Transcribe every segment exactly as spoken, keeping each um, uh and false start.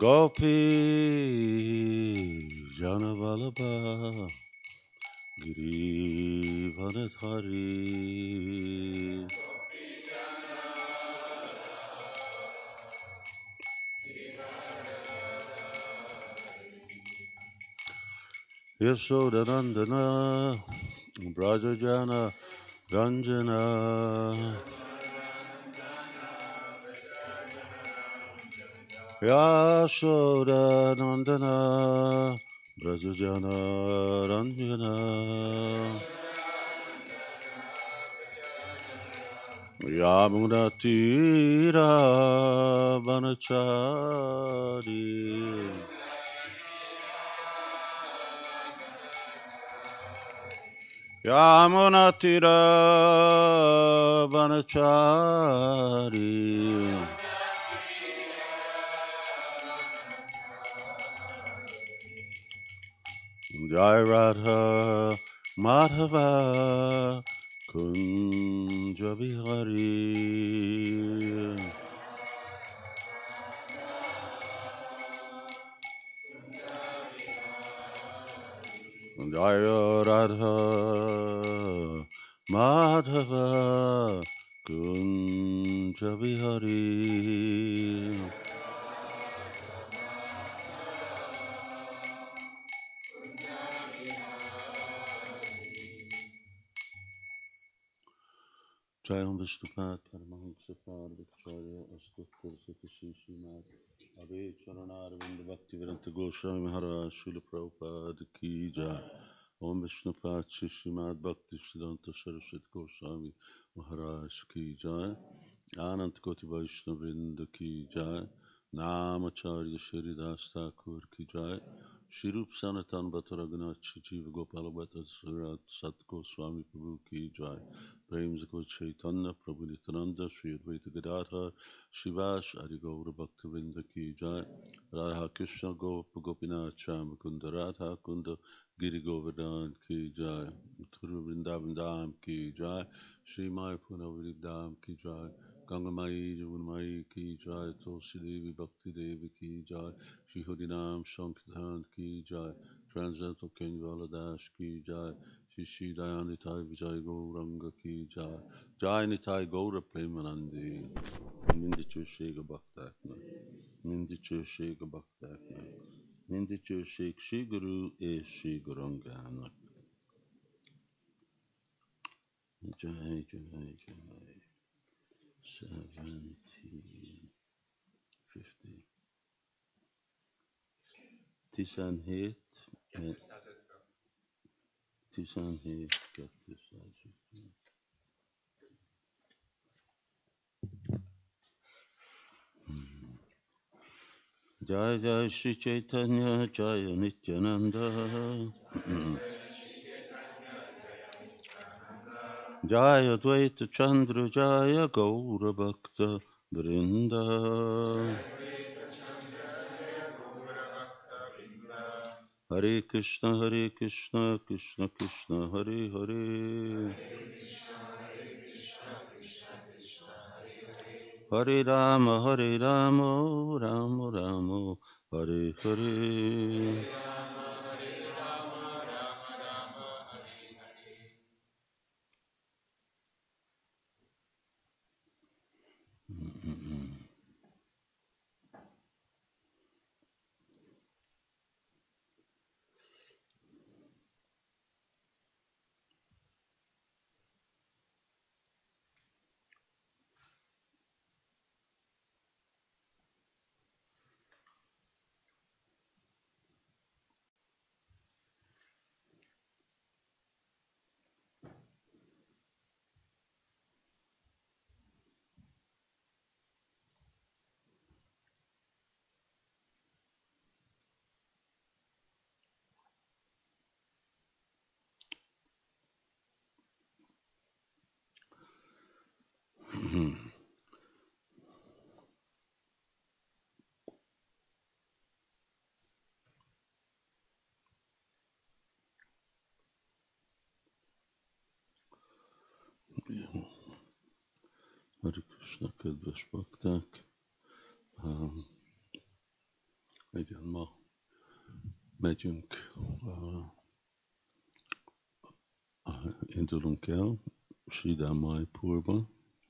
Gopi Janavalabha Girivanadhari Yashodanandana Brajajana Ranjana Yashodanandana Brajajana Ranjana Yamunatira Vanachari Yamunatira Vanachari Jai Radha Madhava Kunja Vihari Jai Radha Madhava Kunja Vihari Jai Om Vishnupad Paramahamsa Parvacharya Astuttar Satashi Srimad Abhay Charanarvind Bhakti Vedanta Goswami Maharaj Srila Prabhupada Ki Jai Om Vishnupad Srimad Bhakti Siddhanta Saraswati Goswami Maharaj Ki Jai Anant Koti Vaishnavrinda Ki Jai Namacharya Shridas Thakur Ki Jai Shri Rup Sanatan Bhatta Raghunath Jiva Gopala Bhatta Surat Sat Goswami Prabhu Ki Jai Prem Zakot Chaitanya Prabhu Nityananda Shri Advaita Gadadhar Shivas Adi Gaura Bhaktivinoda Ki Jai Radha Krishna Gopa Gopinath Shama Kunda Radha Kunda Giri Govardhan Ki Jai Thuru Vrindavan Dham Ki Jai Shri Maya Puna Vrindavan Ki Jai Ganga Mai Jamunmai Ki Jai Tulsi Devi Bhakti Devi Ki Jai Shri Hudinam Sankirtan Ki Jai Transcendental King Valadas Ki Jai Shri Shri Dayanitai Vijay Gauranga Ki Jai Jai Nitai Gaura Premanandi Mindichu Shega Bhaktakna Mindichu Shega Bhaktakna Mindichu Shek Shri Guru E Shri Gurangana Jai Jai Jai Seventeen fifty tizenhét tizenhét kétszáz. Jai Jai Shri Chaitanya Jaya Nityananda Jaya Dvaita Chandra Jaya Gaura Bhakta Vrinda Hare Krishna Hare Krishna Krishna Krishna Hare Hare Hare Rama Hare Rama Rama Rama Hare Hare Hare Krishna, kedves bakták! megyünk, uh, uh, indulunk el Sridham Mayapurba,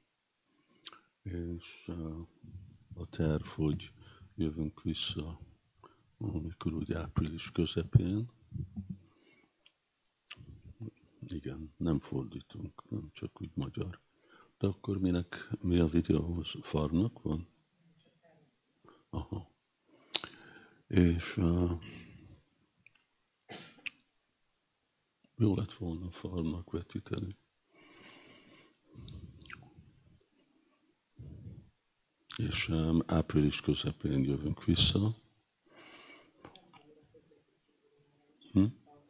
és uh, a terv, hogy jövünk vissza, amikor úgy április közepén. Igen, nem fordítunk, nem csak úgy magyar. De akkor minek, mi a videóhoz? Farnak van? Aha. És uh, jó lett volna farnak vetíteni. És um, április közepén jövünk vissza. Hm?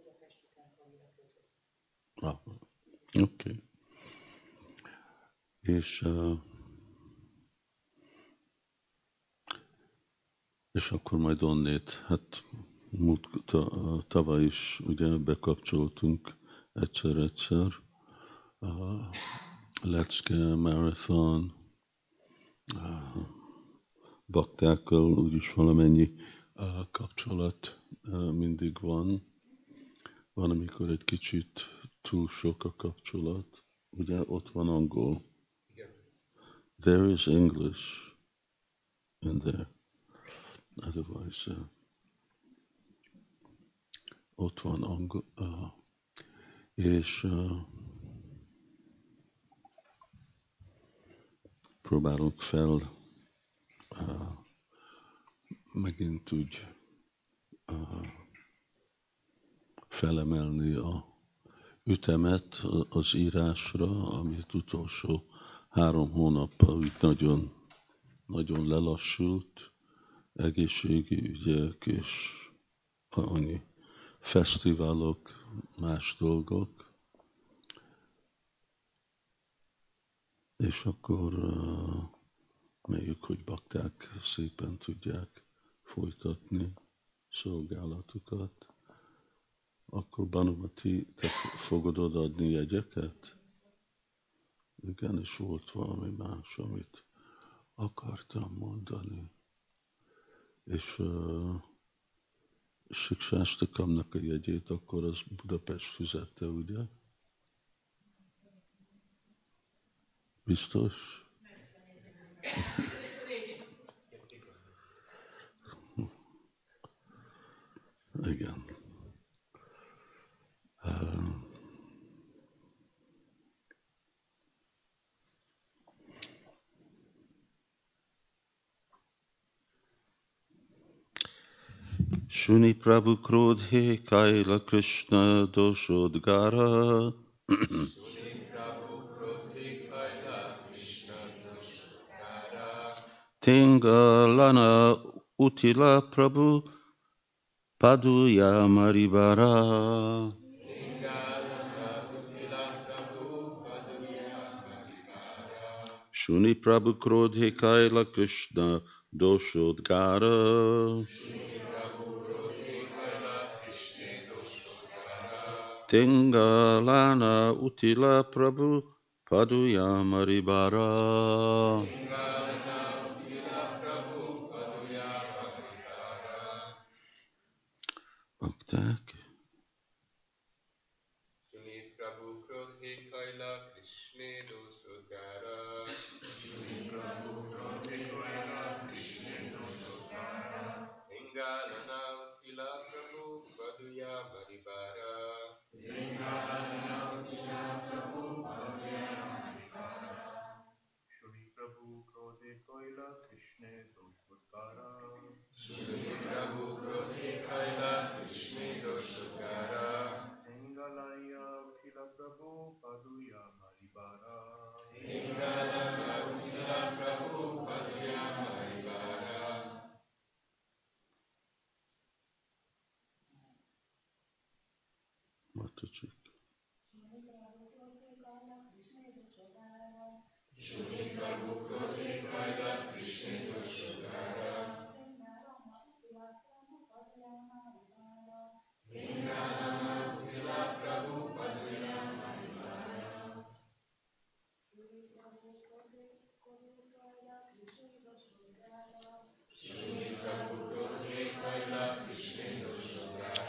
Ah, oké. Okay. És, uh, és akkor majd onnét, hát múlt, tavaly is ugye bekapcsoltunk egyszer-egyszer. Uh, lecke, marathon, uh, baktákkal úgyis valamennyi uh, kapcsolat uh, mindig van. Van, amikor egy kicsit túl sok a kapcsolat. Ugye ott van angol. There is English in there. Otherwise, uh, ott van angol. Uh, és uh, próbálunk fel uh, megint úgy uh, felemelni a ütemet az írásra, amit utolsó három hónappal úgy nagyon, nagyon lelassult, egészségi ügyek és annyi fesztiválok, más dolgok. És akkor uh, reméljük, hogy bakták szépen tudják folytatni szolgálatukat. Akkor Banumati, te fogod odaadni jegyeket? Igen, és volt valami más, amit akartam mondani. És uh, Siksásztakamnak a jegyét akkor az Budapest fizette, ugye? Biztos? Igen. Uh, Shuni Prabhu Krodhe Kaila Krishna Doshodgara Tingalana Utila Prabhu Paduya Maribara Shuni Prabhu Krodhe Kaila Krishna Doshodgara Tingalana Utila Prabhu Paduya Maribara Bakták. Shuni Prabhu Krodhe Kaila Krishne Doshodgara Shuni Prabhu Krodhe Kaila Krishne Doshodgara Tingalana Utila Prabhu Paduya Maribara Tingalana Utila Prabhu Paduya Maribara Shuni Prabhu Krodhe Kaila Krishne Doshodgara Shuni Prabhu Krodhe Kaila Krishne Doshodgara Tingalaya Utila Prabhu Paduya Maribara Tingalaya Utila Prabhu Paduya Maribara Matacsik. Shuni Prabhu Krodhe Kaila Krishne Doshodgara Tingalaya Utila Prabhu Paduya Maribara Shuni Prabhu Krodhe Kaila Krishne Doshodgara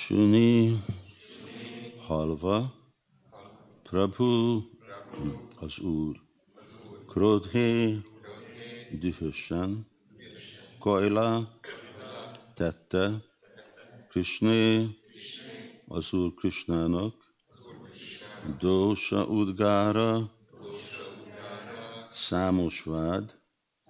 Suni, halva, Prabhu, az Úr, Krodhe, dühösen, Kajla, tette, Krishné, az Úr Krishnának, Dósa Udgára, számos vád,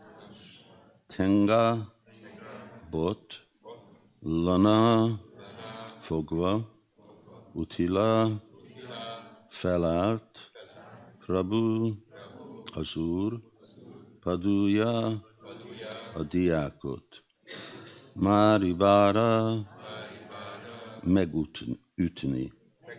Tenga, bot, Lana, fogva, Utila, felállt, Prabhu, az Úr, Paduja, a diákot, Máribára, megütni.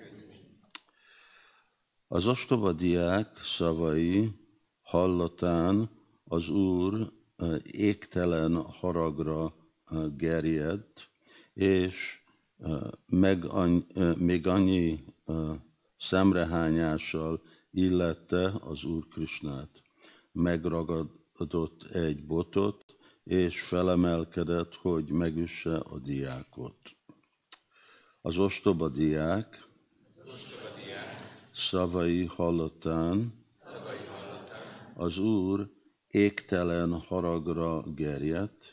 Az ostoba diák szavai hallatán az Úr égtelen haragra gerjedt, és meg annyi, még annyi szemrehányással illette az Úr Krisnát. Megragadott egy botot, és felemelkedett, hogy megüsse a diákot. Az ostoba diák szavai hallatán az Úr égtelen haragra gerjedt,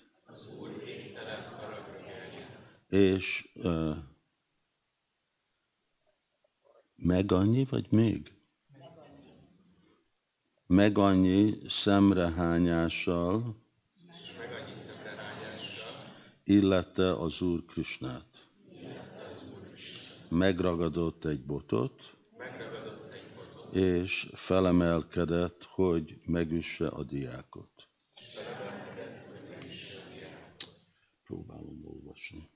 és uh, meg annyi, vagy még? Meg annyi szemrehányással illette az Úr Krisnát. Megragadott egy botot, és felemelkedett, hogy megüsse a diákot. Próbálom olvasni.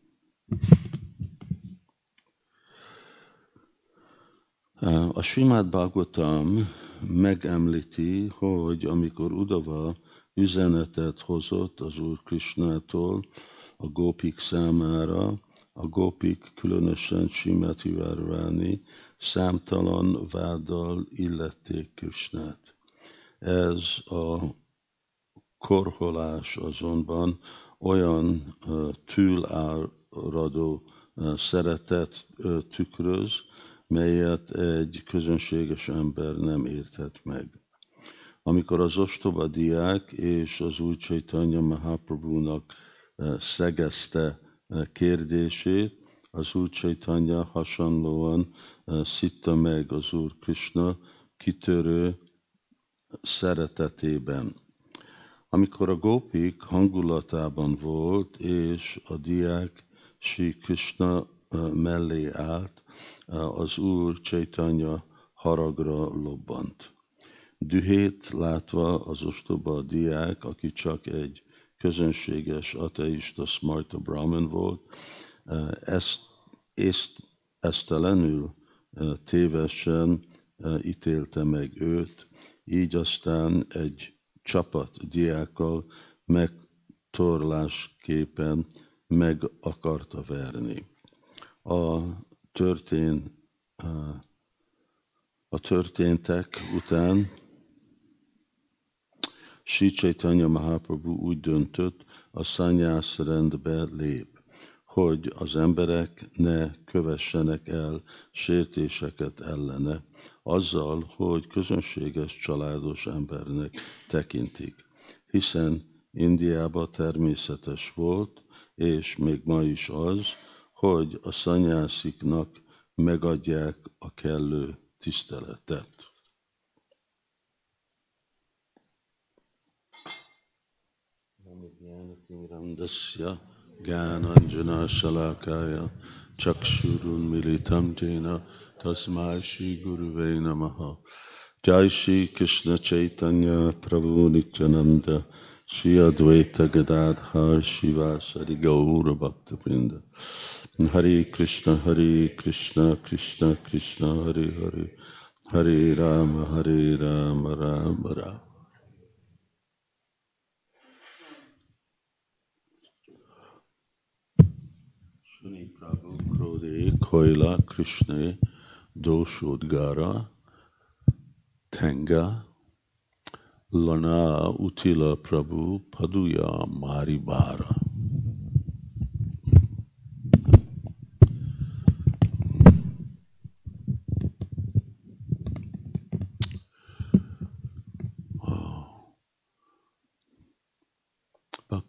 A Srimad Bhagavatam megemlíti, hogy amikor Udava üzenetet hozott az Úr Krisnától a gópik számára, a gópik, különösen Srimati Radharani számtalan váddal illették Krisnát. Ez a korholás azonban olyan uh, túláradó uh, szeretet uh, tükröz, melyet egy közönséges ember nem érthet meg. Amikor az ostoba diák és az Úr Chaitanya Mahaprabhunak uh, szegezte uh, kérdését, az Úr Chaitanya hasonlóan uh, szitta meg az Úr Krishna kitörő szeretetében. Amikor a gópik hangulatában volt, és a diák Sri Krishna mellé állt, az Úr Chaitanya haragra lobbant. Dühét látva az ostoba diák, aki csak egy közönséges ateista Smarta Brahman volt, ezt, ezt, esztelenül tévesen ítélte meg őt, így aztán egy csapat diákkal megtorlásképpen meg akarta verni. A, történ, a történtek után Sri Chaitanya Mahaprabhu úgy döntött, a szanyász rendbe lép, hogy az emberek ne kövessenek el sértéseket ellene, azzal, hogy közönséges családos embernek tekintik, hiszen Indiában természetes volt, és még ma is az, hogy a szanyásziknak megadják a kellő tiszteletet. Gyananjana Shalakaya Chakshurun Militam Jena Tasmai Shri Guruve Namaha. Jai Shri Krishna Chaitanya Prabhu Nityananda Shri Advaita Gadadhar Shivasari Gaura Bhakta Vrinda. Hare Krishna Hare Krishna Krishna Krishna Hare Hare Hare Rama Hare Rama Rama Rama. Shuni Prabhu Krodhe Koila Krishna Doshodgara Tenga Lana Utila Prabhu Paduya Maribara.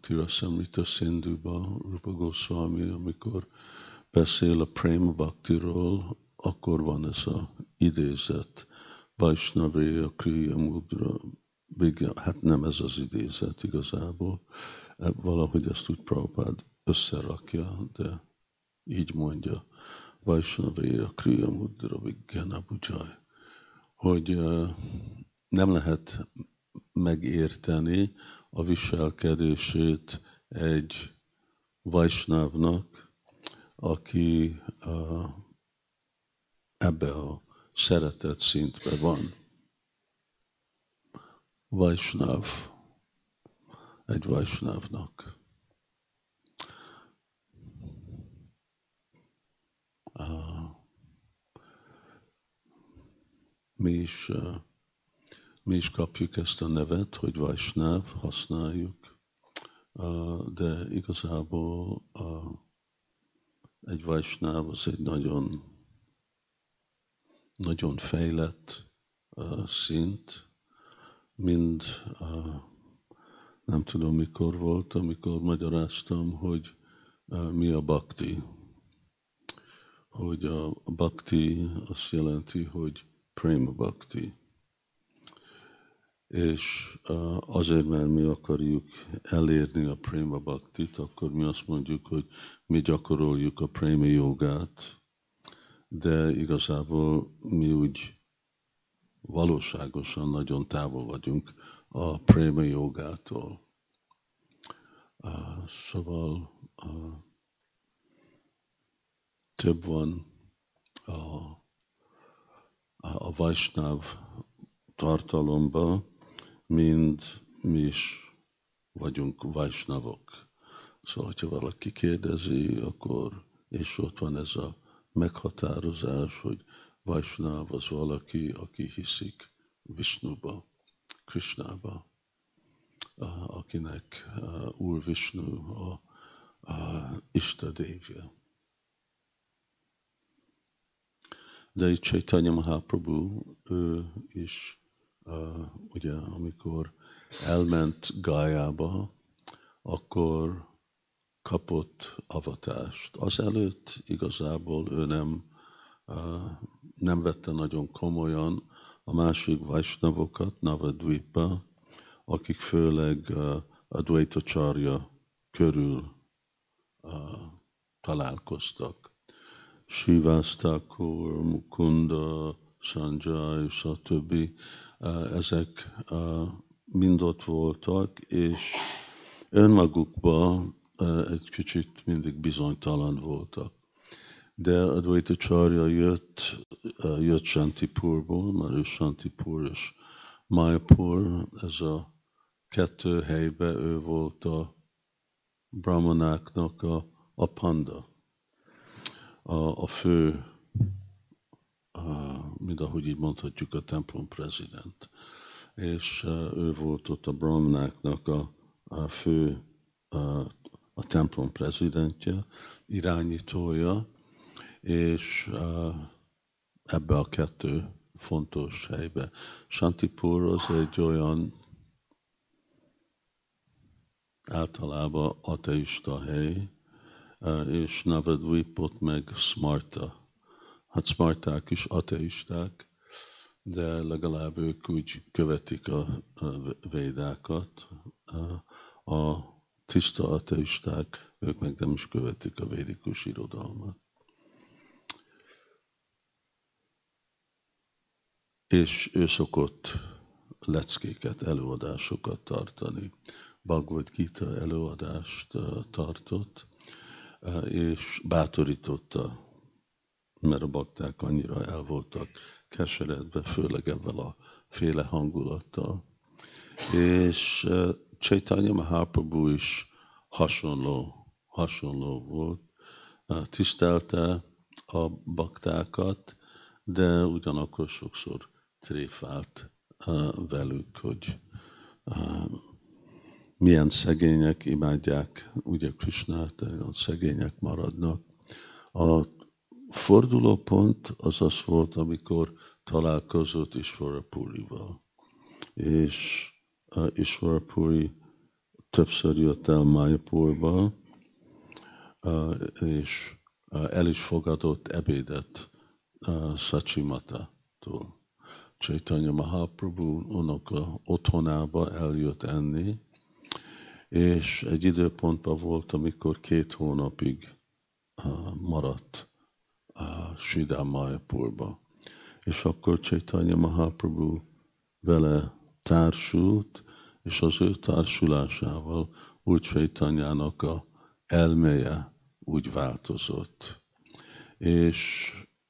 Bhakti Rasamrita Sindhuba, Rupa Goswami, amikor beszél a Prema Bhaktiról, akkor van ez a idézet, Vaishnavya Kriya Mudra, hát nem ez az idézet igazából, valahogy ezt úgy Prabhupád összerakja, de így mondja, Vaishnavya Kriya Mudra Vigyana Bujaj, hogy nem lehet megérteni a viselkedését egy Vaishnavnak, aki uh, ebbe a szeretet szintbe van. Vaishnav, egy Vaishnavnak. Uh, mi is uh, Mi is kapjuk ezt a nevet, hogy Vaishnav, használjuk, de igazából egy Vaishnav az egy nagyon, nagyon fejlett szint, mind nem tudom mikor volt, amikor magyaráztam, hogy mi a bhakti. Hogy a bhakti azt jelenti, hogy prema bhakti. És azért, mert mi akarjuk elérni a Prema Bhaktit, akkor mi azt mondjuk, hogy mi gyakoroljuk a Prema jogát, de igazából mi úgy valóságosan nagyon távol vagyunk a Prema jogától. Szóval több van a, a Vaishnav tartalomban, mind mi is vagyunk Vaishnavok. Szóval, ha valaki kérdezi, akkor, és ott van ez a meghatározás, hogy Vaishnav az valaki, aki hiszik Vishnuba, Krishnába, akinek Úr Vishnu a, a Istadévje. De itt Chaitanya Mahaprabhu, ő is Uh, ugye, amikor elment Gájába, akkor kapott avatást. Azelőtt igazából ő nem, uh, nem vette nagyon komolyan a másik Vaishnavokat, Navadvipa, akik főleg uh, Advaita Charya körül uh, találkoztak. Srivas Thakur, Mukunda, Sanjay, stb. Ezek mind ott voltak, és önmagukban egy kicsit mindig bizonytalan voltak. De Advaita Charya jött, jött Shantipurból, már ő Shantipur és Mayapur, ez a kettő helybe ő volt a brahmanáknak a, a panda, a, a fő, Uh, mint ahogy így mondhatjuk, a templom prezident. És uh, ő volt ott a brahmanáknak a, a fő, uh, a templom prezidentje, irányítója, és uh, ebbe a kettő fontos helybe. Shantipur az egy olyan általában ateista hely, uh, és Navadvipot meg Smarta. Hát Smarták is ateisták, de legalább ők úgy követik a, a védákat. A, a tiszta ateisták, ők meg nem is követik a védikus irodalmat. És ő szokott leckéket, előadásokat tartani. Bhagavad Gita előadást tartott, és bátorította, mert a bakták annyira el voltak keseredve, főleg ebben a féle hangulattal. És uh, Chaitanya Mahaprabhu is hasonló, hasonló volt. Uh, tisztelte a baktákat, de ugyanakkor sokszor tréfált uh, velük, hogy uh, milyen szegények imádják, ugye Krishnát, olyan szegények maradnak. A fordulópont az az volt, amikor találkozott Ishvara Purival. És uh, Ishvara Puri többször jött el Mayapurba, uh, és uh, el is fogadott ebédet uh, Sachimata-tól. Chaitanya Mahaprabhu unoka otthonába eljött enni, és egy időpontban volt, amikor két hónapig uh, maradt uh, Sridham Mayapurba. És akkor Chaitanya Mahaprabhu vele társult, és az ő társulásával úgy Chaitanyának a elméje úgy változott. És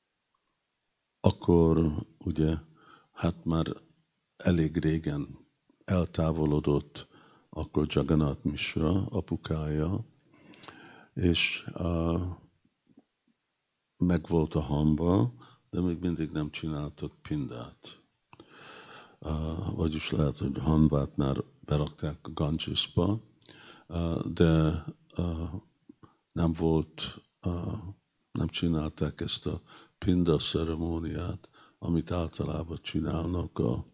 akkor ugye, hát már elég régen eltávolodott akkor Jagannath Mishra, apukája, és uh, megvolt a hamba, de még mindig nem csináltak pindát. Uh, vagyis lehet, hogy hanbát már berakták a Gangesba, uh, de uh, nem volt, uh, nem csinálták ezt a pinda ceremóniát, amit általában csinálnak a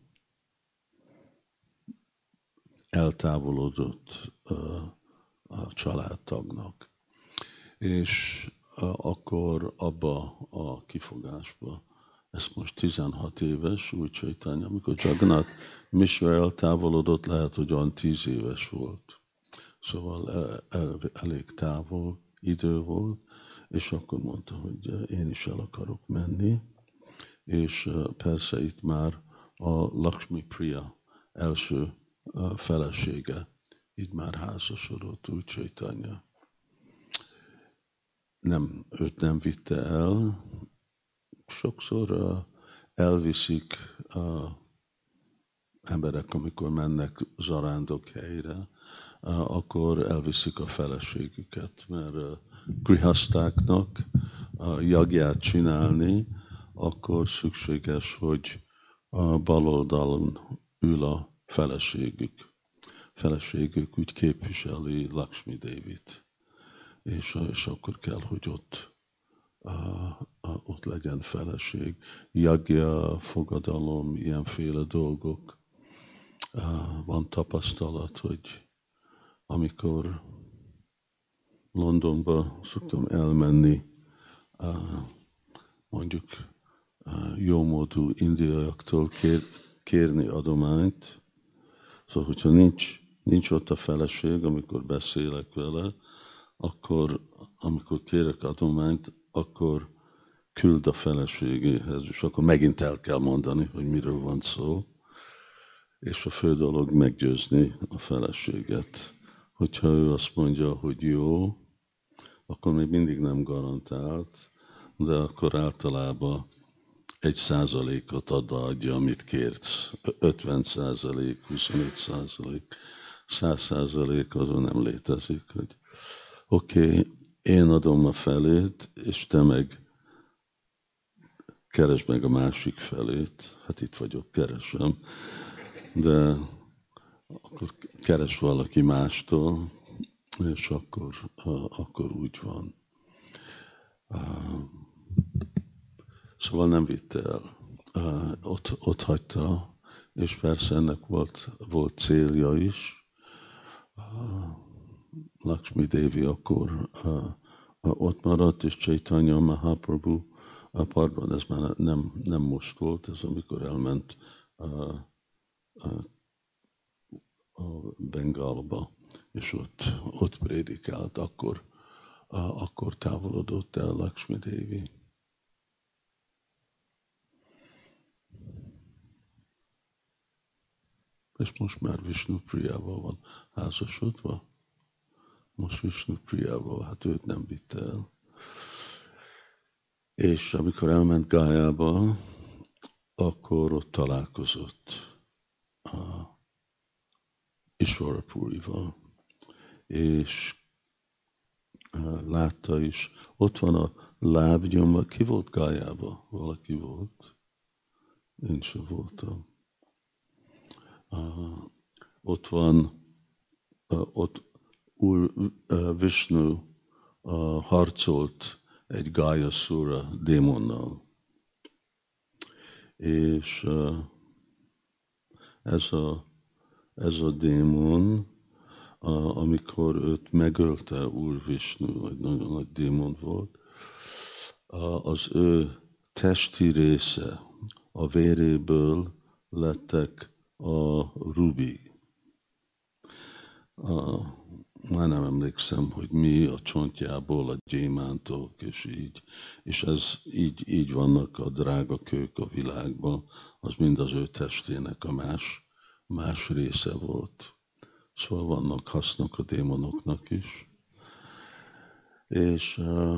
eltávolodott uh, a családtagnak. És uh, akkor abba a kifogásba, ez most tizenhat éves, úgy Chaitanya, amikor Jagannath Mishra eltávolodott, lehet, hogy olyan tíz éves volt. Szóval el, el, elég távol idő volt, és akkor mondta, hogy én is el akarok menni, és persze itt már a Lakshmi Priya első felesége, így már házasodott, úgy Chaitanya. Nem, őt nem vitte el, sokszor elviszik emberek, amikor mennek zarándok helyre, akkor elviszik a feleségüket, mert grihasztáknak jagját csinálni, akkor szükséges, hogy a bal oldalon ül a feleségük. Feleségük úgy képviseli Lakshmi Devit, és, és akkor kell, hogy ott, uh, uh, ott legyen feleség. Jagya, fogadalom, ilyenféle dolgok. Uh, van tapasztalat, hogy amikor Londonba szoktam elmenni, uh, mondjuk uh, jómódú indiaiaktól kér, kérni adományt. Szóval, hogyha nincs, nincs ott a feleség, amikor beszélek vele, akkor, amikor kérek adományt, akkor küld a feleségéhez, és akkor megint el kell mondani, hogy miről van szó. És a fő dolog meggyőzni a feleséget. Hogyha ő azt mondja, hogy jó, akkor még mindig nem garantált, de akkor általában egy százalékot adja, amit kérsz. ötven százalék, huszonöt százalék, száz százalék azon nem létezik, hogy oké, okay, én adom a felét, és te meg keresd meg a másik felét. Hát itt vagyok, keresem. De akkor keres valaki mástól, és akkor, akkor úgy van. Szóval nem vitte el. Ott, ott hagyta, és persze ennek volt, volt célja is. Lakshmi Devi akkor ott maradt, és Chaitanya Mahaprabhu, pardon, ez már nem, nem most volt, ez amikor elment a, a, a Bengálba, és ott, ott prédikált, akkor, a, akkor távolodott el Lakshmi Devi. És most már Vishnu Priyával van házasodva. Most Vishnu Priyával, hát őt nem vitte el. És amikor elment Gájába, akkor ott találkozott a Ishvarapurival. És látta is, ott van a lábnyoma, ki volt Gájába? Valaki volt? Én sem voltam. Uh, ott van, uh, ott Úr uh, Vishnu uh, harcolt egy Gájaszura démonnal. És uh, ez, a, ez a démon amikor őt megölte Úr Visnu, egy nagyon nagy démon volt, az ő testi része, a véréből lettek a rubi. A, már nem emlékszem, hogy mi a csontjából, a gyémántok, és így. És ez így, így vannak a drága kők a világban, az mind az ő testének a más, más része volt. Szóval vannak hasznok a démonoknak is. És,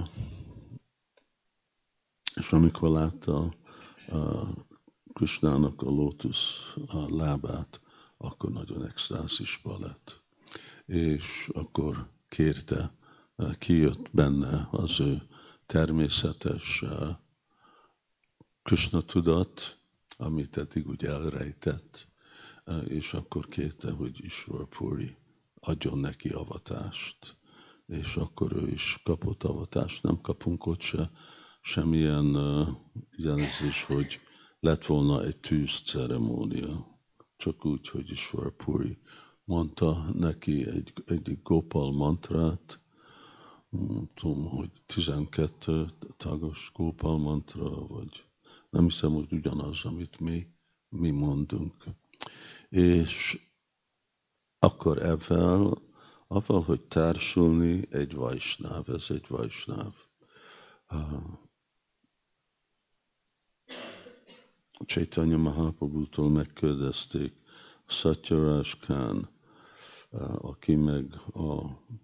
és amikor látta Krisnának a lótusz a lábát, akkor nagyon extázisba lett. És akkor kérte, kijött benne az ő természetes Krishna tudat, amit eddig úgy elrejtett, és akkor kérte, hogy Ishvara Puri adjon neki avatást. És akkor ő is kapott avatást, nem kapunk ott se semmilyen jelzés, hogy lett volna egy tűz ceremónia. Csak úgy, hogy Ishvara Puri mondta neki egy, egy Gopal mantrát, nem tudom, hogy tizenkettő tagos Gopal mantra, vagy nem hiszem, hogy ugyanaz, amit mi, mi mondunk. És akkor ezzel, avval, hogy társulni egy vajsnáv, ez egy vajsnáv. Chaitanya Mahaprabhutól megkérdezték, Satyaraj Khan, aki meg a,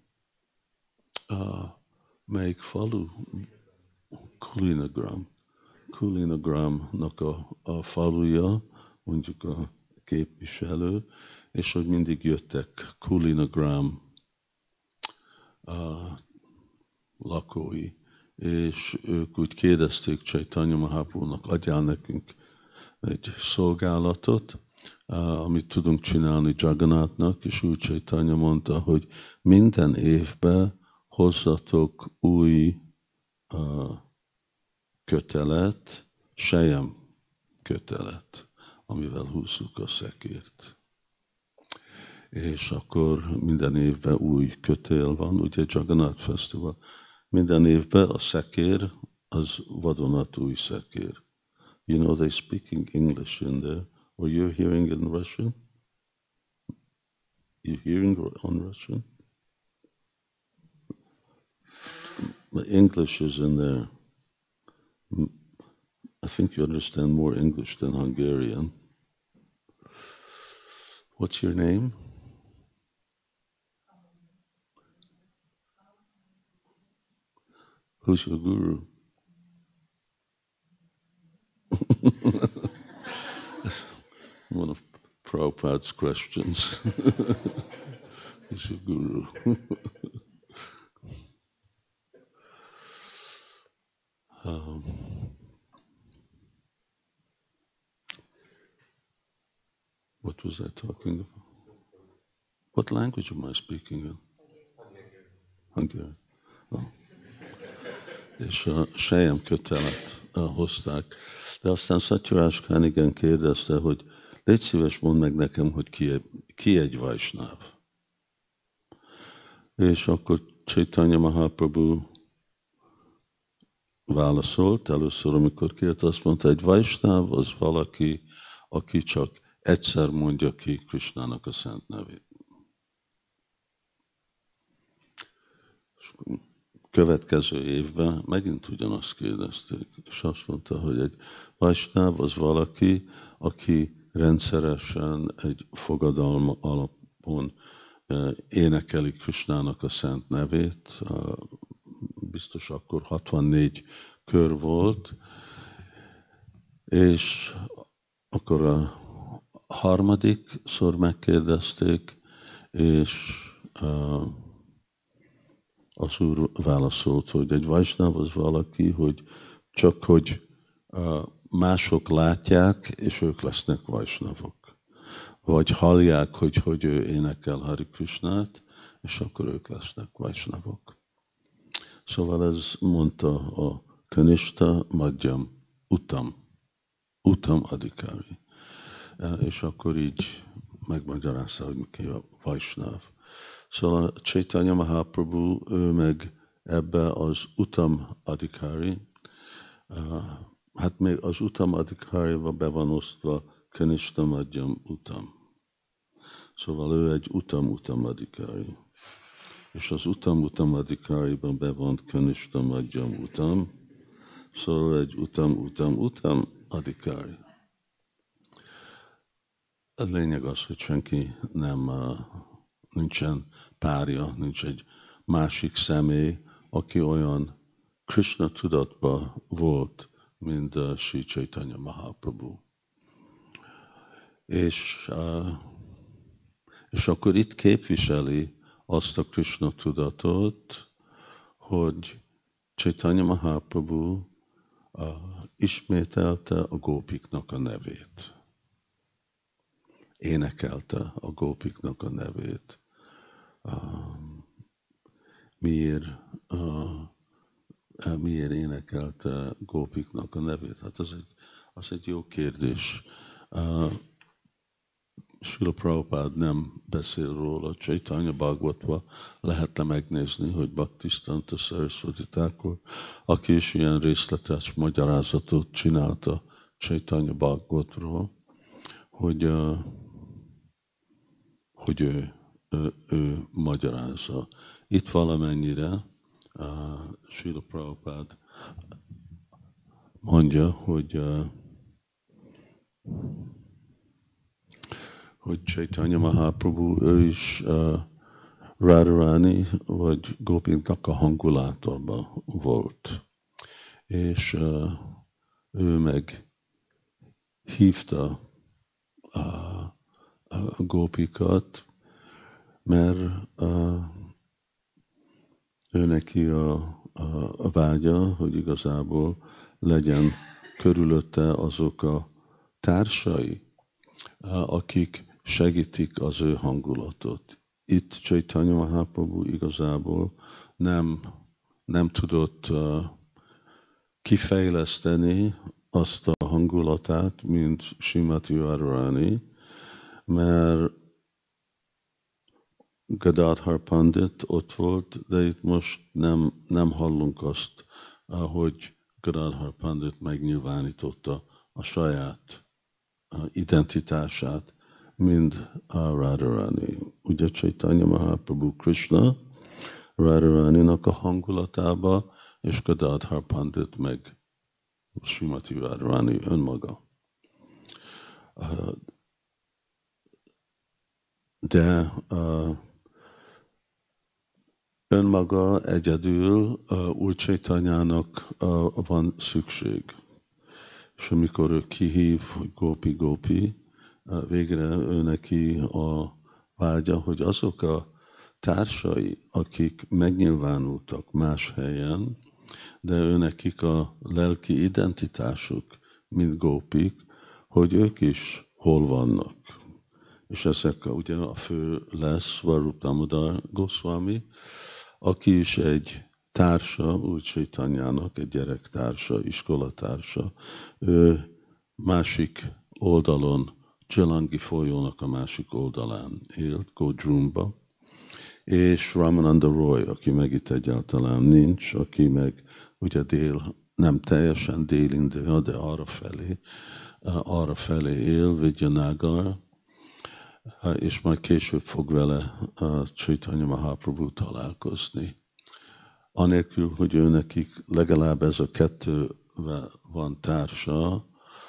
a melyik falu? Kulinagram. Kulinagramnak a, a faluja, mondjuk a képviselő, és hogy mindig jöttek Kulinagram a lakói, és ők úgy kérdezték Chaitanya Mahaprabhunak, adjál nekünk egy szolgálatot, amit tudunk csinálni Jagannathnak, és úgy Chaitanya mondta, hogy minden évben hozzatok új uh, kötelet, sejem kötelet, amivel húzzuk a szekért. És akkor minden évben új kötél van, ugye Jagannath Festival, minden évben a szekér az vadonatúj szekér. You know, they speaking English in there. Were you hearing in Russian? You hearing on Russian? The English is in there. I think you understand more English than Hungarian. What's your name? Who's your guru? One of Prabhupada's questions. Who's your guru? um, what was I talking about? What language am I speaking in? Hungarian. Oh. És a sejem kötelet hozták. De aztán Satyaraj Khan igen kérdezte, hogy légy szíves, mondd meg nekem, hogy ki, ki egy vajsnáv. És akkor Chaitanya Mahaprabhu válaszolt, először, amikor kért, azt mondta, egy vajsnáv az valaki, aki csak egyszer mondja ki Krishnának a szent nevét. Következő évben megint ugyanazt kérdezték, és azt mondta, hogy egy vajsnáv az valaki, aki rendszeresen egy fogadalma alapon énekeli Krishnának a szent nevét. Biztos akkor hatvannégy kör volt, és akkor a harmadik szor megkérdezték, és az úr válaszolt, hogy egy vajsnáv az valaki, hogy csak hogy mások látják, és ők lesznek vajsnavok. Vagy hallják, hogy, hogy ő énekel Hari Krishnát, és akkor ők lesznek vajsnavok. Szóval ez mondta a Kanishta Madhyam Uttam, Uttam Adhikári. És akkor így megmagyarázta, hogy ki a vajsnáv. Szóval a Chaitanya Mahaprabhu, ő meg ebbe az Uttam Adhikari, hát még az Uttam Adhikariba be van osztva Kanishta Madhyam Uttam. Szóval ő egy Uttam Uttam Adhikari. És az Uttam Uttam Adhikariban be van Kanishta Madhyam Uttam, szóval egy Uttam Uttam Uttam Adhikari. A lényeg az, hogy senki nem, nincsen párja, nincs egy másik személy, aki olyan Krishna tudatban volt, mint uh, Sri Chaitanya Mahaprabhu. És, uh, és akkor itt képviseli azt a Krishna tudatot, hogy Chaitanya Mahaprabhu uh, ismételte a gópiknak a nevét. Énekelte a gópiknak a nevét. Uh, miért, uh, miért énekelte gópiknak a nevét? Hát az egy, az egy jó kérdés. Uh, Srila Prabhupád nem beszél róla, Chaitanya Bhagavatba lehetne megnézni, hogy Bhaktisiddhanta Saraswati Thakur, aki is ilyen részletes magyarázatot csinálta Chaitanya Bhagavatról, hogy, uh, hogy ő, ő, ő magyarázza. Itt valamennyire uh, Srila Prabhupád mondja, hogy uh, hogy Chaitanya Mahaprabhu, ő is uh, Radharani, vagy Gopiknak a hangulátában volt. És uh, ő meg hívta uh, a Gopikat, mert uh, ő neki a, a, a vágya, hogy igazából legyen körülötte azok a társai, uh, akik segítik az ő hangulatot. Itt Chaitanya Mahaprabhu igazából nem, nem tudott uh, kifejleszteni azt a hangulatát, mint Srimati Radharani, mert Gadadhar Pandit ott volt, de itt most nem, nem hallunk azt, hogy Gadadhar Pandit megnyilvánította a saját identitását, mint a Radharani. Ugye Chaitanya Mahaprabhu Krishna Radharaninak a hangulatába, és Gadadhar Pandit meg Srimati Radharani önmaga. De uh, önmaga egyedül uh, Úr Chaitanyának uh, van szükség. És amikor ő kihív, hogy Gopi Gopi, uh, végre ő neki a vágya, hogy azok a társai, akik megnyilvánultak más helyen, de ő nekik a lelki identitásuk, mint gópik, hogy ők is hol vannak. És ezek ugye a fő lesz Swarup Damodar Goswami, aki is egy társa, Úr Chaitanyának, egy gyerektársa, iskolatársa. Ő másik oldalon, Jalangi folyónak a másik oldalán élt, Godrumba, és Ramananda Roy, aki meg itt egyáltalán nincs, aki meg ugye dél, nem teljesen dél-India, de arra felé, arra felé él, Vidyanagar, és majd később fog vele a Chaitanya Mahaprabhu találkozni. Anélkül, hogy ő nekik legalább ez a kettő van társa,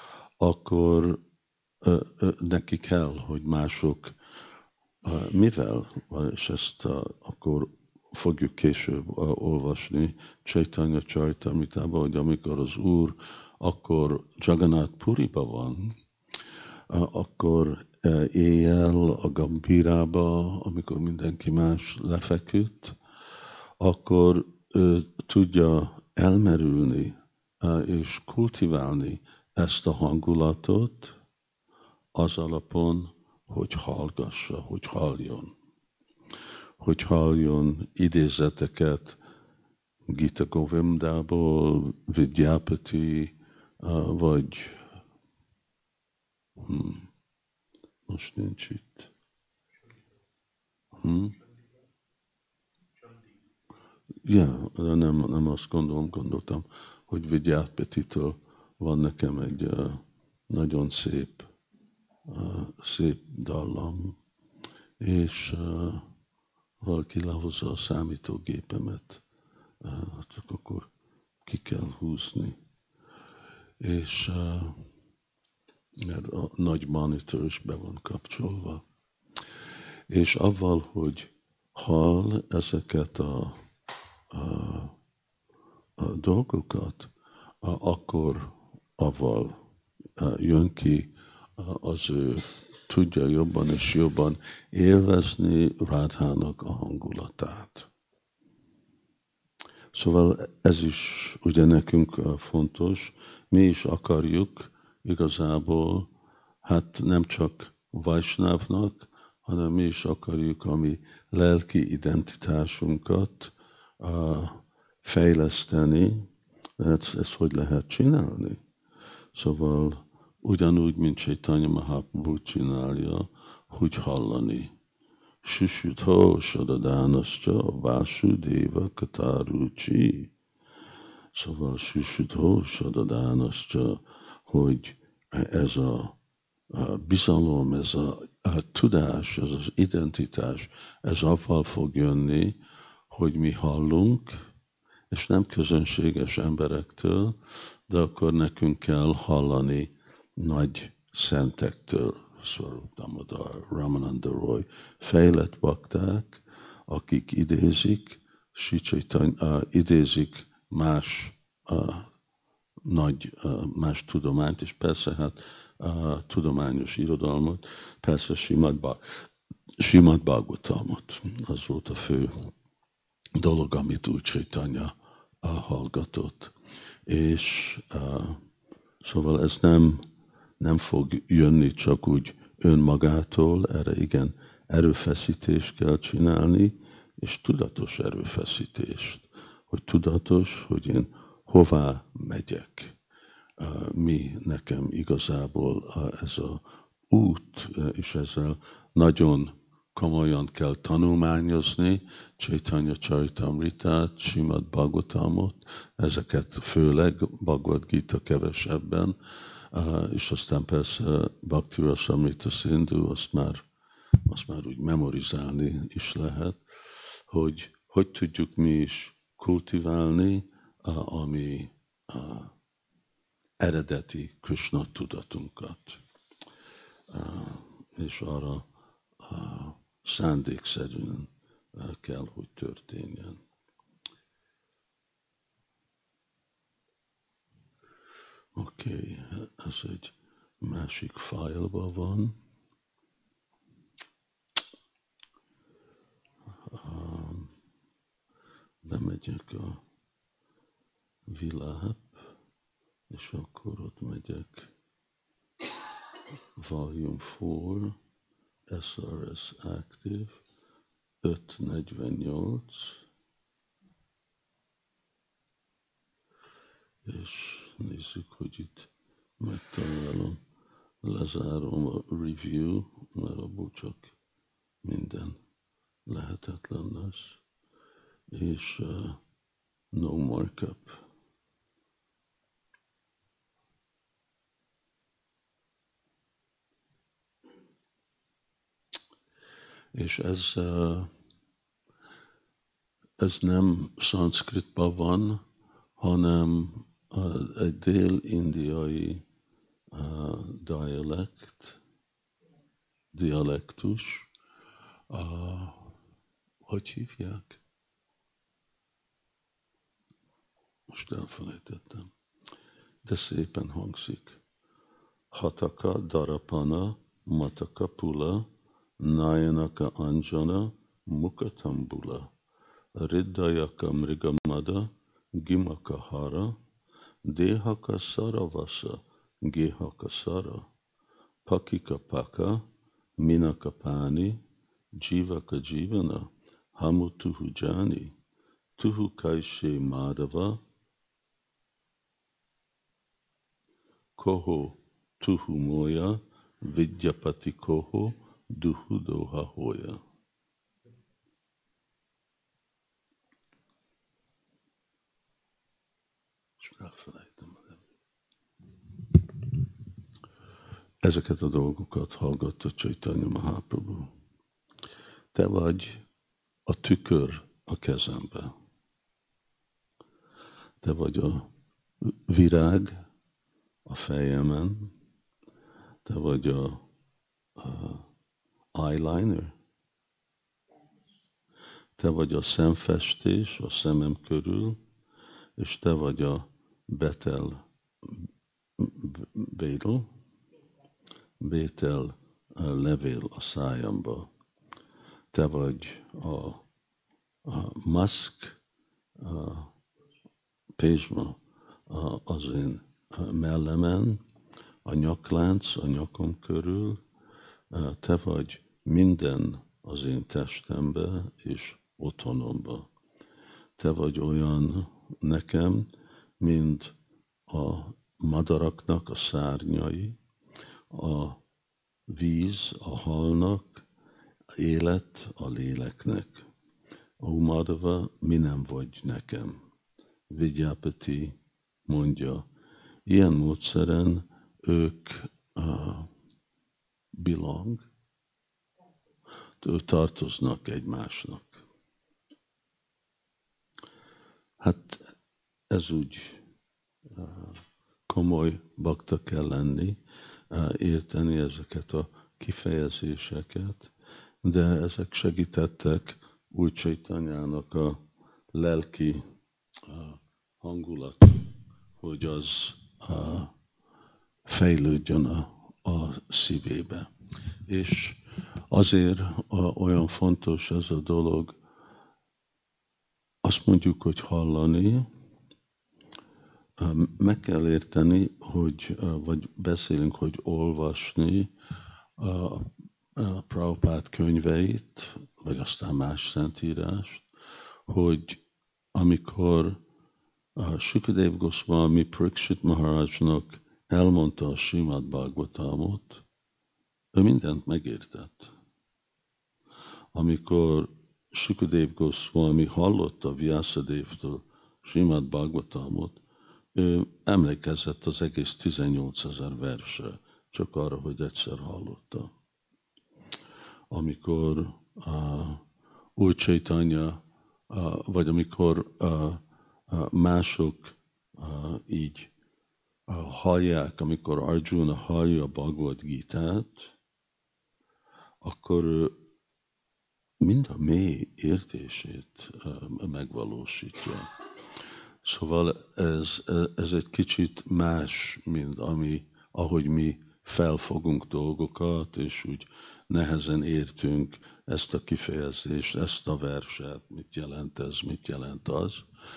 akkor ö, ö, neki kell, hogy mások ö, mivel, és ezt ö, akkor fogjuk később ö, olvasni Chaitanya Charitamritában, hogy amikor az Úr akkor Jagannath Puriba van, ö, akkor éjjel a Gambírába, amikor mindenki más lefeküdt, akkor ő tudja elmerülni és kultiválni ezt a hangulatot az alapon, hogy hallgassa, hogy halljon. Hogy halljon idézeteket Gita Govindából, Vidyapati, vagy hmm, most nincs itt. Hmm? ja, nem, nem azt gondolom, gondoltam, hogy Vigyátpetitől van nekem egy uh, nagyon szép, uh, szép dallam, és uh, valaki lehozza a számítógépemet, uh, csak akkor ki kell húzni. És uh, mert a nagy monitor is be van kapcsolva. És avval, hogy hall ezeket a, a, a dolgokat, a, akkor avval a, jön ki a, az ő, tudja jobban és jobban élvezni Rádhának a hangulatát. Szóval ez is ugye nekünk fontos, mi is akarjuk igazából, hát nem csak Vajsnávnak, hanem mi is akarjuk a mi lelki identitásunkat uh, fejleszteni. Ezt, ezt hogy lehet csinálni? Szóval ugyanúgy, mint Chaitanya Mahaprabhu csinálja, hogy hallani. Susutho Sadadánascha Vásudéva Katarucsi. Szóval Susutho Sadadánascha, hogy ez a, a bizalom, ez a, a tudás, ez az identitás, ez avval fog jönni, hogy mi hallunk, és nem közönséges emberektől, de akkor nekünk kell hallani nagy szentektől, Swarup Damodar, Ramananda Roy, fejlett bakták, akik idézik, uh, idézik más uh, nagy, uh, más tudományt, és persze hát uh, tudományos irodalmat, persze Simad, Simad Bhagavatamot. Az volt a fő dolog, amit úgy Chaitanya uh, hallgatott. És uh, szóval ez nem nem fog jönni csak úgy önmagától, erre igen, erőfeszítést kell csinálni, és tudatos erőfeszítést. Hogy tudatos, hogy én hová megyek. Mi nekem igazából ez az út, és ezzel nagyon komolyan kell tanulmányozni Chaitanya Charitamritát, Simad Bhagavatamot, ezeket főleg, Bhagavad Gita kevesebben, Uh, és aztán persze Bhakti Rasamrita Sindhu, azt már, azt már úgy memorizálni is lehet, hogy hogy tudjuk mi is kultiválni uh, a mi uh, eredeti Krishna tudatunkat. Uh, és arra uh, szándékszerűen uh, kell, hogy történjen. Oké, okay, ez egy másik fájlban van. Bemegyek a Vilap, és akkor ott megyek Volume four, es er es Active, öt negyvennyolc, és nézzük, hogy itt megtalálom, lezárom a review, mert abból csak minden lehetetlen lesz, és uh, no markup. És ez, uh, ez nem szanszkritban van, hanem uh, egy dél-indiai uh, dialekt, dialektus. Uh, hogy hívják? Most elfelejtettem. De szépen hangzik. Hataka darapana mataka pula nayanaka anjana mukatambula riddayaka mrigamada gimaka hara dehaka saravasa gehaka sara pakika paka minaka pani jivaka jivana hamutuhu jani tuhu kaishe madava koho tuhu moya vidyapati koho duhu doha hoya. Elfelejtem. Ezeket a dolgokat hallgatta Chaitanya Mahaprabhu. Te vagy a tükör a kezembe. Te vagy a virág a fejemen. Te vagy a, a eyeliner. Te vagy a szemfestés a szemem körül, és te vagy a betel bétel, bétel levél a szájamba. Te vagy a, a maszk, a pézsma az én mellemen, a nyaklánc a nyakom körül, te vagy minden az én testembe és otthonomba. Te vagy olyan nekem, mint a madaraknak a szárnyai, a víz a halnak, élet a léleknek. Ó Madhava, mi nem vagy nekem. Vidyapati mondja, ilyen módszeren ők uh, belong, ők tartoznak egymásnak. Hát ez úgy uh, komoly bakta kell lenni, uh, érteni ezeket a kifejezéseket, de ezek segítettek Úr Chaitanyának a lelki uh, hangulat, hogy az uh, fejlődjön a, a szívébe. És azért uh, olyan fontos ez a dolog, azt mondjuk, hogy hallani, uh, meg kell érteni, hogy, uh, vagy beszélünk, hogy olvasni uh, a Prabhupád könyveit, vagy aztán más szentírást, hogy amikor a Sukadev Goswami Pariksit Maharajnak elmondta a Srimad Bhagavatamot, ő mindent megértett. Amikor Sukadev Goswami hallotta Vyasadevtől Srimad Bhagavatamot, ő emlékezett az egész tizennyolcezer versre, csak arra, hogy egyszer hallotta. Amikor uh, Úr Chaitanya, uh, vagy amikor uh, uh, mások uh, így uh, hallják, amikor Arjuna hallja a Bhagavad Gitát, akkor uh, mind a mély értését uh, megvalósítja. Szóval ez, ez egy kicsit más, mint ami, ahogy mi felfogunk dolgokat, és úgy nehezen értünk ezt a kifejezést, ezt a verset, mit jelent ez, mit jelent az.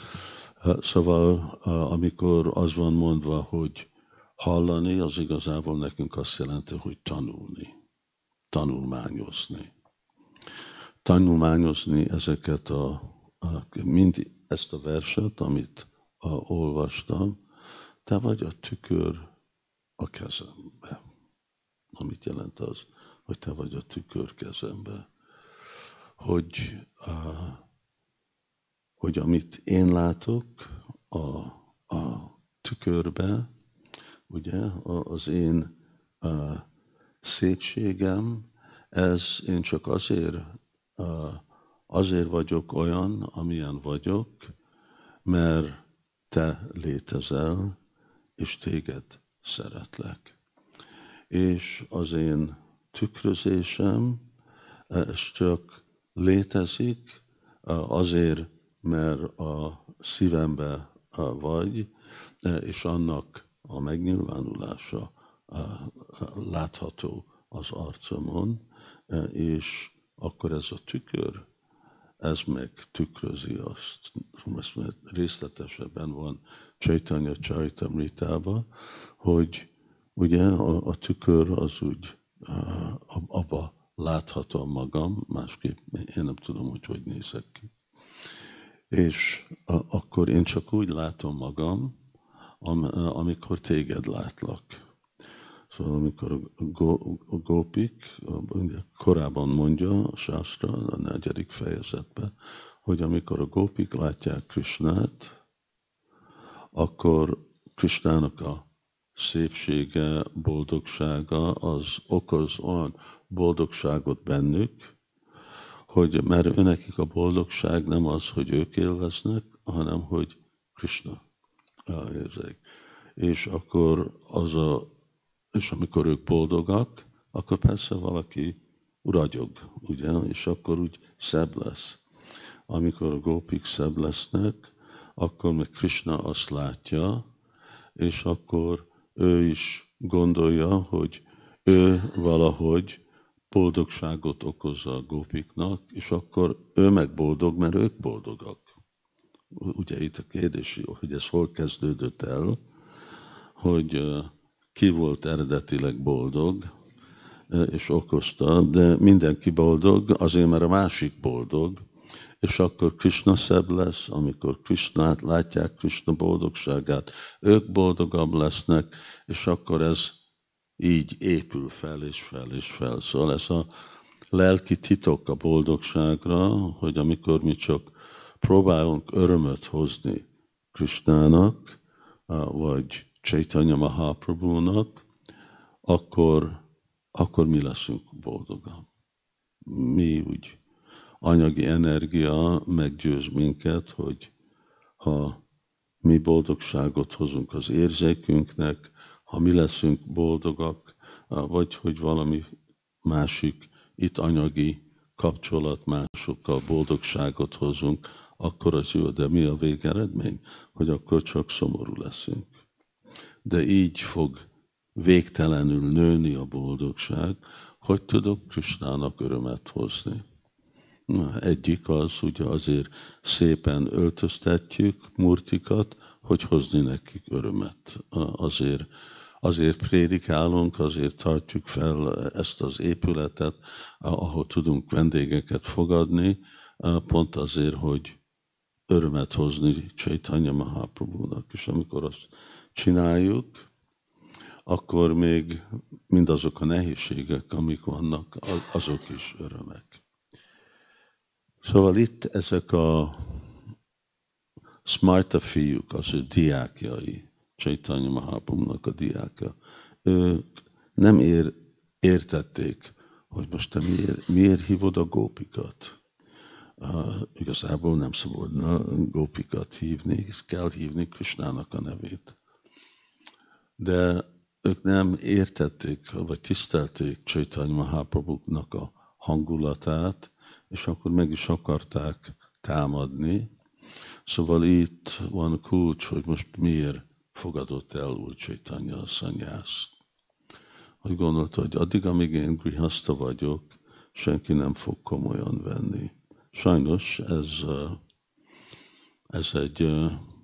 Szóval amikor az van mondva, hogy hallani, az igazából nekünk azt jelenti, hogy tanulni, tanulmányozni. Tanulmányozni ezeket a, a mind ezt a verset, amit a, olvastam, te vagy a tükör a kezembe. Amit jelent az, hogy te vagy a tükör kezembe. Hogy, uh, hogy amit én látok a, a tükörbe, ugye, az én uh, szépségem, ez én csak azért, uh, azért vagyok olyan, amilyen vagyok, mert te létezel, és téged szeretlek. És az én tükrözésem, ez csak létezik azért, mert a szívembe vagy, és annak a megnyilvánulása látható az arcomon, és akkor ez a tükör, ez meg tükrözi azt. Ezt részletesebben van Chaitanya Charitamritában, hogy ugye a, a tükör az úgy abba láthatom magam, másképp én nem tudom, hogy hogy nézek ki. És a, akkor én csak úgy látom magam, am, amikor téged látlak. Szóval amikor a, go, a gópik, korábban mondja a sásztra, a negyedik fejezetben, hogy amikor a gópik látják Krisnát, akkor Krisnának a szépsége, boldogsága az okoz olyan boldogságot bennük, hogy mert nekik a boldogság nem az, hogy ők élveznek, hanem hogy Krishna érzik. És akkor az a, és amikor ők boldogak, akkor persze valaki ragyog, ugye, és akkor úgy szebb lesz. Amikor a gópik szebb lesznek, akkor meg Krishna azt látja, és akkor ő is gondolja, hogy ő valahogy boldogságot okozza a gópiknak, és akkor ő meg boldog, mert ők boldogak. Ugye itt a kérdés, hogy ez hol kezdődött el, hogy ki volt eredetileg boldog, és okozta, de mindenki boldog, azért mert a másik boldog, és akkor Krishna szebb lesz, amikor Krishnát látják, Krishna boldogságát, ők boldogabb lesznek, és akkor ez így épül fel, és fel, és fel. Szóval ez a lelki titok a boldogságra, hogy amikor mi csak próbálunk örömöt hozni Krishnának, vagy Chaitanya Mahaprabhunak, akkor, akkor mi leszünk boldogabb. Mi úgy anyagi energia meggyőz minket, hogy ha mi boldogságot hozunk az érzékünknek, ha mi leszünk boldogak, vagy hogy valami másik, itt anyagi kapcsolat másokkal boldogságot hozunk, akkor az jó, de mi a végeredmény? Hogy akkor csak szomorú leszünk. De így fog végtelenül nőni a boldogság, hogy tudok Krishnának örömet hozni. Na, egyik az, ugye azért szépen öltöztetjük murtikat, hogy hozni nekik örömet. Azért, azért prédikálunk, azért tartjuk fel ezt az épületet, ahol tudunk vendégeket fogadni, pont azért, hogy örömet hozni Chaitanya Mahaprabhunak. És amikor azt csináljuk, akkor még mindazok a nehézségek, amik vannak, azok is örömek. Szóval itt ezek a smarta fiúk, az ő diákjai, Chaitanya Mahaprabhunak a diákja, ők nem ér, értették, hogy most te miért, miért hívod a gópikat. Uh, igazából nem szabadna gópikat hívni, kell hívni Krishnának a nevét. De ők nem értették, vagy tisztelték Chaitanya Mahaprabhunak a hangulatát, és akkor meg is akarták támadni. Szóval itt van kulcs, hogy most miért fogadott el Úr Chaitanya a szanyászt. Hogy gondolta, hogy addig, amíg én grihaszta vagyok, senki nem fog komolyan venni. Sajnos ez, ez egy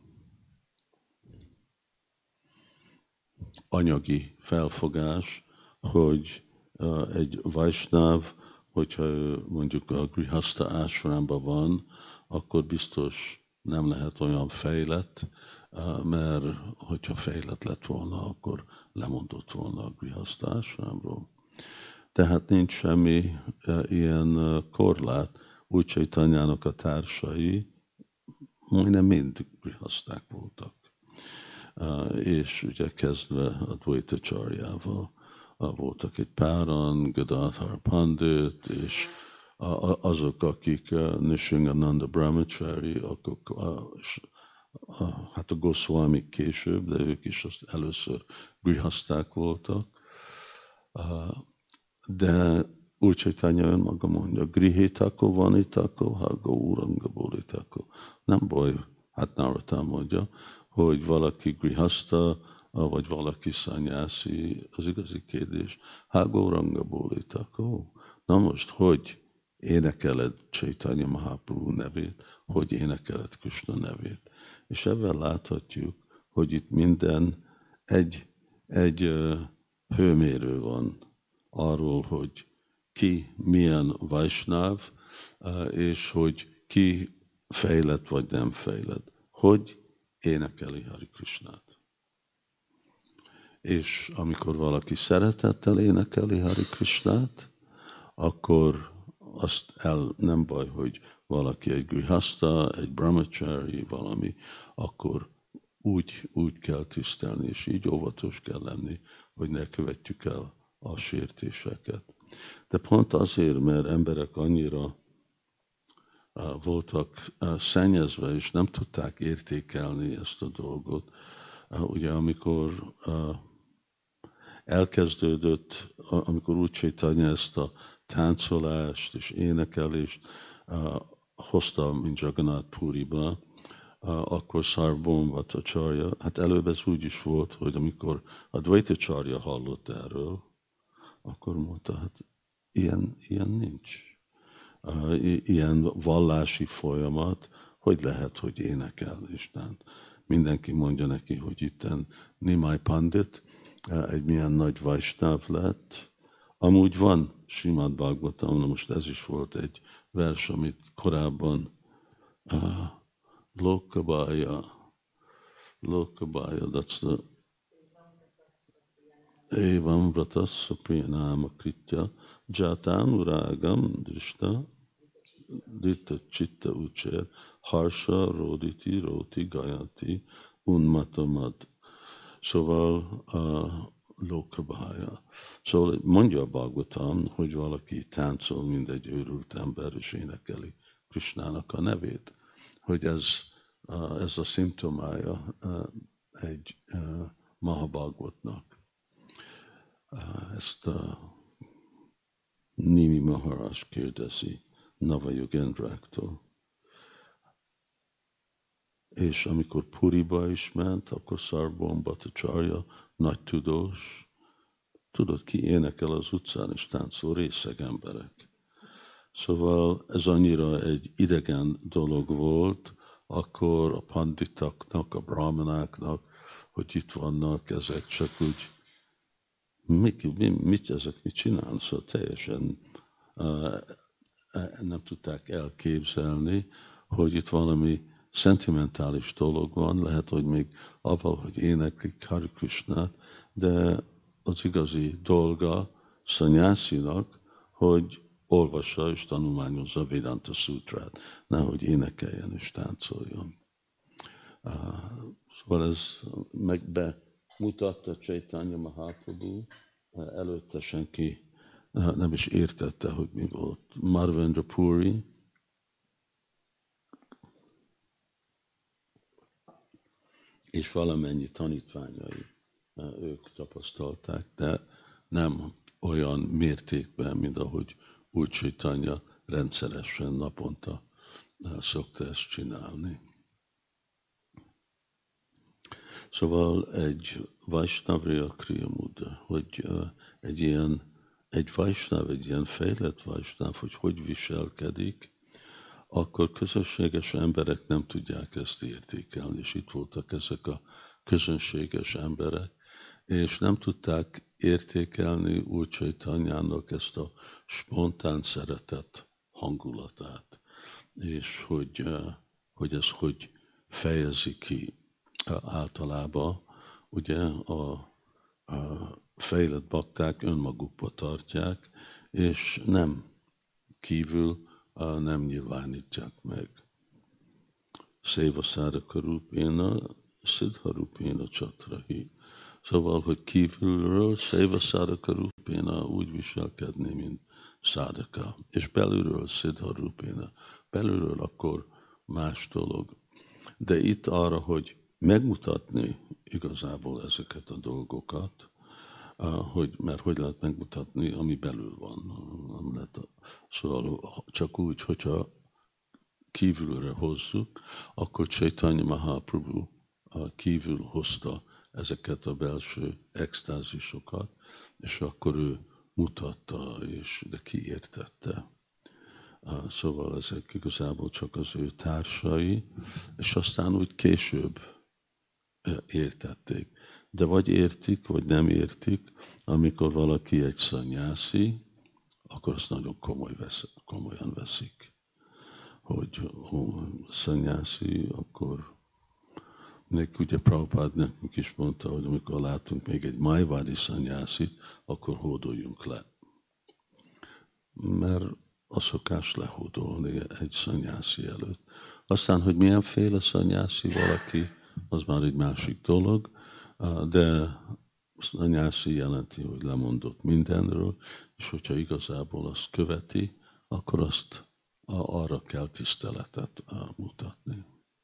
anyagi felfogás, hogy egy Vaisnáv, hogyha mondjuk a grihaszta ásramban van, akkor biztos nem lehet olyan fejlett, mert hogyha fejlett lett volna, akkor lemondott volna a grihaszta ásramról. Tehát nincs semmi ilyen korlát. Úr Chaitanyának a társai majdnem mind grihaszták voltak. És ugye kezdve a Dvaitacsaryával voltak egy páran, Gadadhar Pandit, és azok, akik Nisringananda Brahmachari, hát a Goswamik később, de ők is azt először grihaszták voltak. De Úr Chaitanya önmaga mondja, grihitako vanitako, ha gauranga bolitako. Nem baj, hát Narottam mondja, hogy valaki grihaszta, vagy valaki szanyászi, az igazi kérdés, ha gauranga bolitako. Na most, hogy énekeled Chaitanya Mahaprabhu nevét, hogy énekeled Krishna nevét. És ebben láthatjuk, hogy itt minden egy, egy hőmérő van arról, hogy ki milyen Vaisnáv, és hogy ki fejlett vagy nem fejlett. Hogy énekeli Hari Krishnát. És amikor valaki szeretettel énekeli Hari Krishnát, akkor azt el, nem baj, hogy valaki egy grihaszta, egy brahmachari, valami, akkor úgy, úgy kell tisztelni, és így óvatos kell lenni, hogy ne követjük el a sértéseket. De pont azért, mert emberek annyira uh, voltak uh, szennyezve, és nem tudták értékelni ezt a dolgot. Uh, ugye amikor uh, elkezdődött, amikor úgy Chaitanya ezt a táncolást és énekelést uh, hozta, mint Jagannath Puriba, uh, akkor Sarvabhauma Bhattacharya, hát előbb ez úgy is volt, hogy amikor a Dvaitacharya hallott erről, akkor mondta, hát ilyen, ilyen nincs. Uh, ilyen vallási folyamat, hogy lehet, hogy énekel Istent. Mindenki mondja neki, hogy itten Nimai Pandit, egy milyen nagy Vaisnáv lett. Amúgy van Srimad Bhagavatam, na most ez is volt egy vers, amit korábban uh, Lokabaya, Lokabaya, that's the Evam Vratasya Priyanama Kritya Jatanuragam Drishta Dita Chitta Ucher Harsha Roditi Roti Gayati Unmatamad. Szóval a Lokabaya. Szóval mondja a Bhagavatam, hogy valaki táncol, mint egy őrült ember, és énekeli Krishnának a nevét. Hogy ez, ez a szimptomája egy Mahabhagavatnak. Ezt a Nimi Maharaj kérdezi Navajogendráktól. És amikor Puriba is ment, akkor Sarvabhauma Bhattacharya, nagy tudós, tudod, ki énekel az utcán és táncol, részeg emberek. Szóval ez annyira egy idegen dolog volt, akkor a panditaknak, a brahmanáknak, hogy itt vannak, ezek csak úgy, mit, mit, mit ezek mit csinálnak, szóval teljesen uh, nem tudták elképzelni, hogy itt valami szentimentális dolog van, lehet, hogy még avval, hogy éneklik Hare Krishnát, de az igazi dolga szanyászinak, hogy olvassa és tanulmányozza Vedanta Sutrát, nehogy énekeljen és táncoljon. Szóval ez meg bemutatta Chaitanya Mahaprabhu, előtte senki nem is értette, hogy mi volt. Madhavendra Puri, és valamennyi tanítványai ők tapasztalták, de nem olyan mértékben, mint ahogy Úr Chaitanya rendszeresen naponta szokta ezt csinálni. Szóval egy Vaisnavriya Kriyamuda, hogy egy ilyen, egy Vaisnav, egy ilyen fejlett Vaisnav, hogy hogy viselkedik, akkor közönséges emberek nem tudják ezt értékelni, és itt voltak ezek a közönséges emberek, és nem tudták értékelni Úr Chaitanyának ezt a spontán szeretet hangulatát, és hogy, hogy ez hogy fejezi ki általában. Ugye a, a fejlett bakták önmagukba tartják, és nem kívül nem nyilvánítják meg. Széva száraka rúpéna, szidha rúpéna csatrahi. Szóval, hogy kívülről széva száraka rúpéna úgy viselkedni, mint szádaka. És belülről szidha rúpéna. Belülről akkor más dolog. De itt arra, hogy megmutatni igazából ezeket a dolgokat, hogy, mert hogy lehet megmutatni, ami belül van. Nem lehet, szóval csak úgy, hogyha kívülre hozzuk, akkor Chaitanya Mahaprabhu kívül hozta ezeket a belső extázisokat, és akkor ő mutatta, és de kiértette. Szóval ezek igazából csak az ő társai, és aztán úgy később értették. De vagy értik, vagy nem értik, amikor valaki egy szanyászi, akkor azt nagyon komoly vesz, komolyan veszik. Hogy ó, szanyászi, akkor még ugye Prabhupád nekünk is mondta, hogy amikor látunk még egy májvádi szanyászit, akkor hódoljunk le. Mert a szokás lehódolni egy szanyászi előtt. Aztán, hogy milyenféle szanyászi valaki, az már egy másik dolog, de szanyászi jelenti, hogy lemondott mindenről, és hogyha igazából azt követi, akkor azt arra kell tiszteletet mutatni.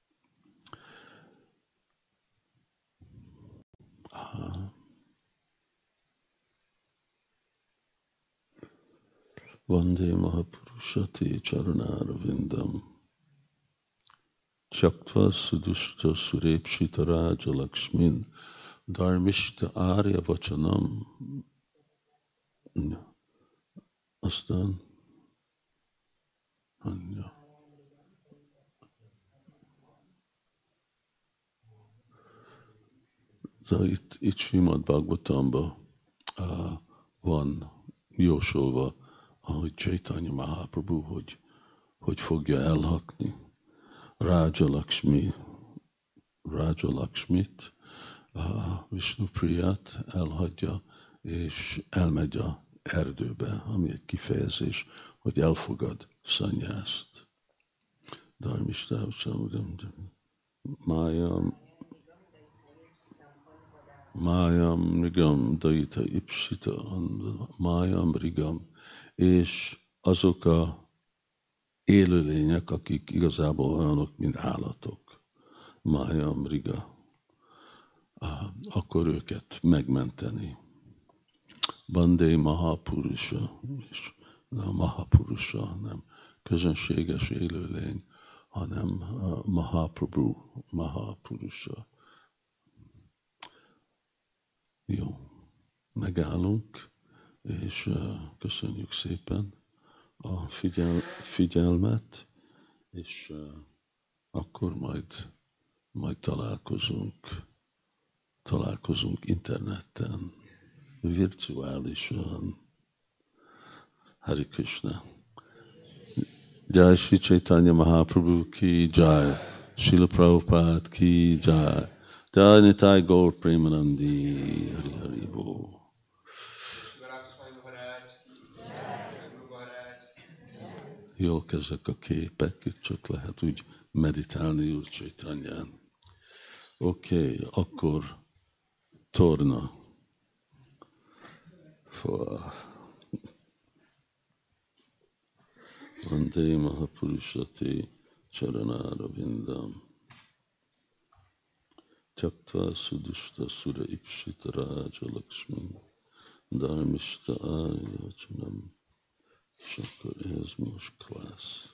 Vande Mahapurusati Charanára Vindam Chaktva Sudushta Surepshita Raja Lakshmin Dharmishta Arya Vachanam. Aztán Anya. De itt, itt Srimad Bhagavatamban uh, van jósolva, ahogy Chaitanya Mahaprabhu, hogy, hogy fogja elhakni Raja Lakshmi, Raja Lakshmit, uh, Vishnupriyat elhagyja, és elmegy a erdőbe, ami egy kifejezés, hogy elfogad szanyászt. Dharmistávcsam, Májam, Májam Rigam Daita Ipsita, Májam Rigam, és azok a élőlények, akik igazából olyanok, mint állatok, Májam Riga, akkor őket megmenteni. Bandé Mahapurusha, és a Mahapurusha nem közönséges élőlény, hanem Mahaprabhu, Mahapurusha. Jó, megállunk, és köszönjük szépen a figyel, figyelmet, és akkor majd, majd találkozunk, találkozunk interneten, virtuálisan. Hare Krishna. Jai Shri Chaitanya Mahaprabhu ki jai, Srila Prabhupada ki jai, Jai Nitai Gaur Premanandi, Hari Hari Bo. Jók ezek a képek, itt csak lehet úgy meditálni Úr Chaitanyán. Oké, okay, akkor torna. Vande Mahapurusati Charanára Vindam Chaktva Sudushta Sura Ipshita Raja Lakshmin Dharmishta Arya Vachanam. És akkor ez most klassz.